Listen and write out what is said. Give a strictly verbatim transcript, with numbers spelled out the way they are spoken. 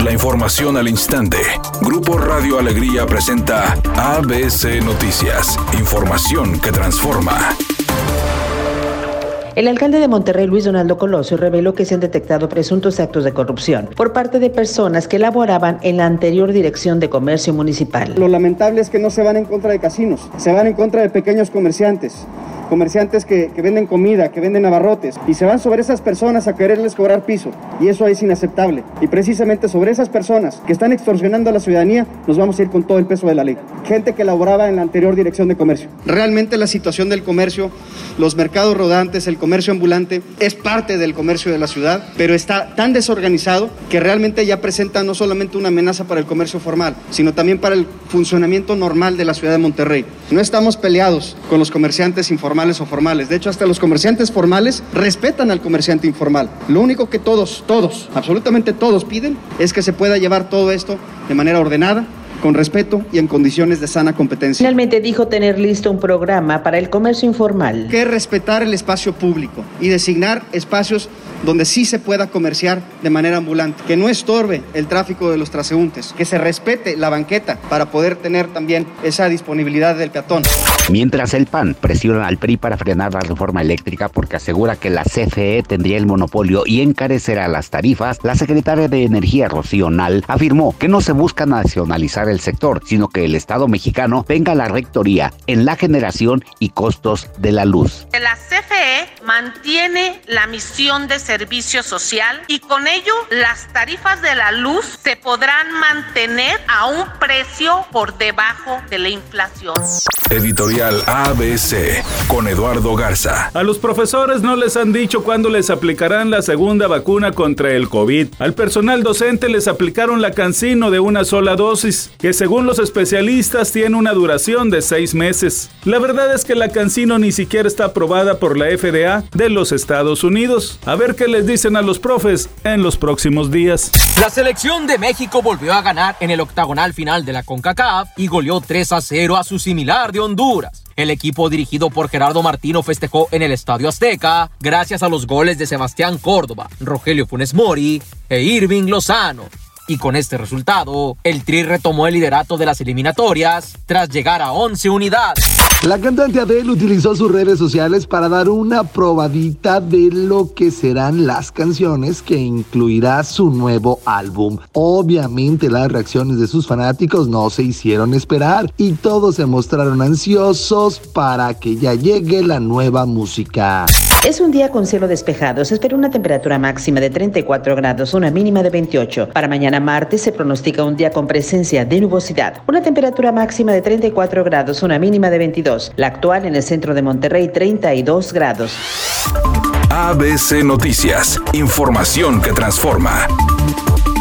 La información al instante. Grupo Radio Alegría presenta A B C Noticias. Información que transforma. El alcalde de Monterrey, Luis Donaldo Colosio, reveló que se han detectado presuntos actos de corrupción por parte de personas que laboraban en la anterior Dirección de Comercio Municipal. Lo lamentable es que no se van en contra de casinos, se van en contra de pequeños comerciantes. Comerciantes que, que venden comida, que venden abarrotes, y se van sobre esas personas a quererles cobrar piso, y eso es inaceptable. Y precisamente sobre esas personas que están extorsionando a la ciudadanía, nos vamos a ir con todo el peso de la ley. Gente que laboraba en la anterior Dirección de Comercio. Realmente la situación del comercio, los mercados rodantes, el comercio ambulante, es parte del comercio de la ciudad, pero está tan desorganizado que realmente ya presenta no solamente una amenaza para el comercio formal, sino también para el funcionamiento normal de la ciudad de Monterrey. No estamos peleados con los comerciantes informales o formales. De hecho, hasta los comerciantes formales respetan al comerciante informal. Lo único que todos, todos, absolutamente todos piden es que se pueda llevar todo esto de manera ordenada, con respeto y en condiciones de sana competencia. Finalmente dijo tener listo un programa para el comercio informal. Que respetar el espacio público y designar espacios donde sí se pueda comerciar de manera ambulante, que no estorbe el tráfico de los transeúntes, que se respete la banqueta para poder tener también esa disponibilidad del peatón. Mientras el P A N presiona al P R I para frenar la reforma eléctrica porque asegura que la C F E tendría el monopolio y encarecerá las tarifas, la secretaria de Energía, Rocío Nal, afirmó que no se busca nacionalizar el sector, sino que el Estado mexicano tenga la rectoría en la generación y costos de la luz. La C F E mantiene la misión de servicio social y con ello las tarifas de la luz se podrán mantener a un precio por debajo de la inflación. Editorial A B C con Eduardo Garza. A los profesores no les han dicho cuándo les aplicarán la segunda vacuna contra el COVID. Al personal docente les aplicaron la CanSino de una sola dosis, que según los especialistas tiene una duración de seis meses. La verdad es que la CanSino ni siquiera está aprobada por la F D A de los Estados Unidos. A ver qué les dicen a los profes en los próximos días. La selección de México volvió a ganar en el octagonal final de la CONCACAF y goleó tres a cero a su similar de Honduras. El equipo dirigido por Gerardo Martino festejó en el Estadio Azteca gracias a los goles de Sebastián Córdoba, Rogelio Funes Mori e Irving Lozano. Y con este resultado, el Tri retomó el liderato de las eliminatorias tras llegar a once unidades. La cantante Adele utilizó sus redes sociales para dar una probadita de lo que serán las canciones que incluirá su nuevo álbum. Obviamente las reacciones de sus fanáticos no se hicieron esperar y todos se mostraron ansiosos para que ya llegue la nueva música. Es un día con cielo despejado. Se espera una temperatura máxima de treinta y cuatro grados, una mínima de veintiocho. Para mañana martes se pronostica un día con presencia de nubosidad. Una temperatura máxima de treinta y cuatro grados, una mínima de veintidós. La actual en el centro de Monterrey, treinta y dos grados. A B C Noticias. Información que transforma.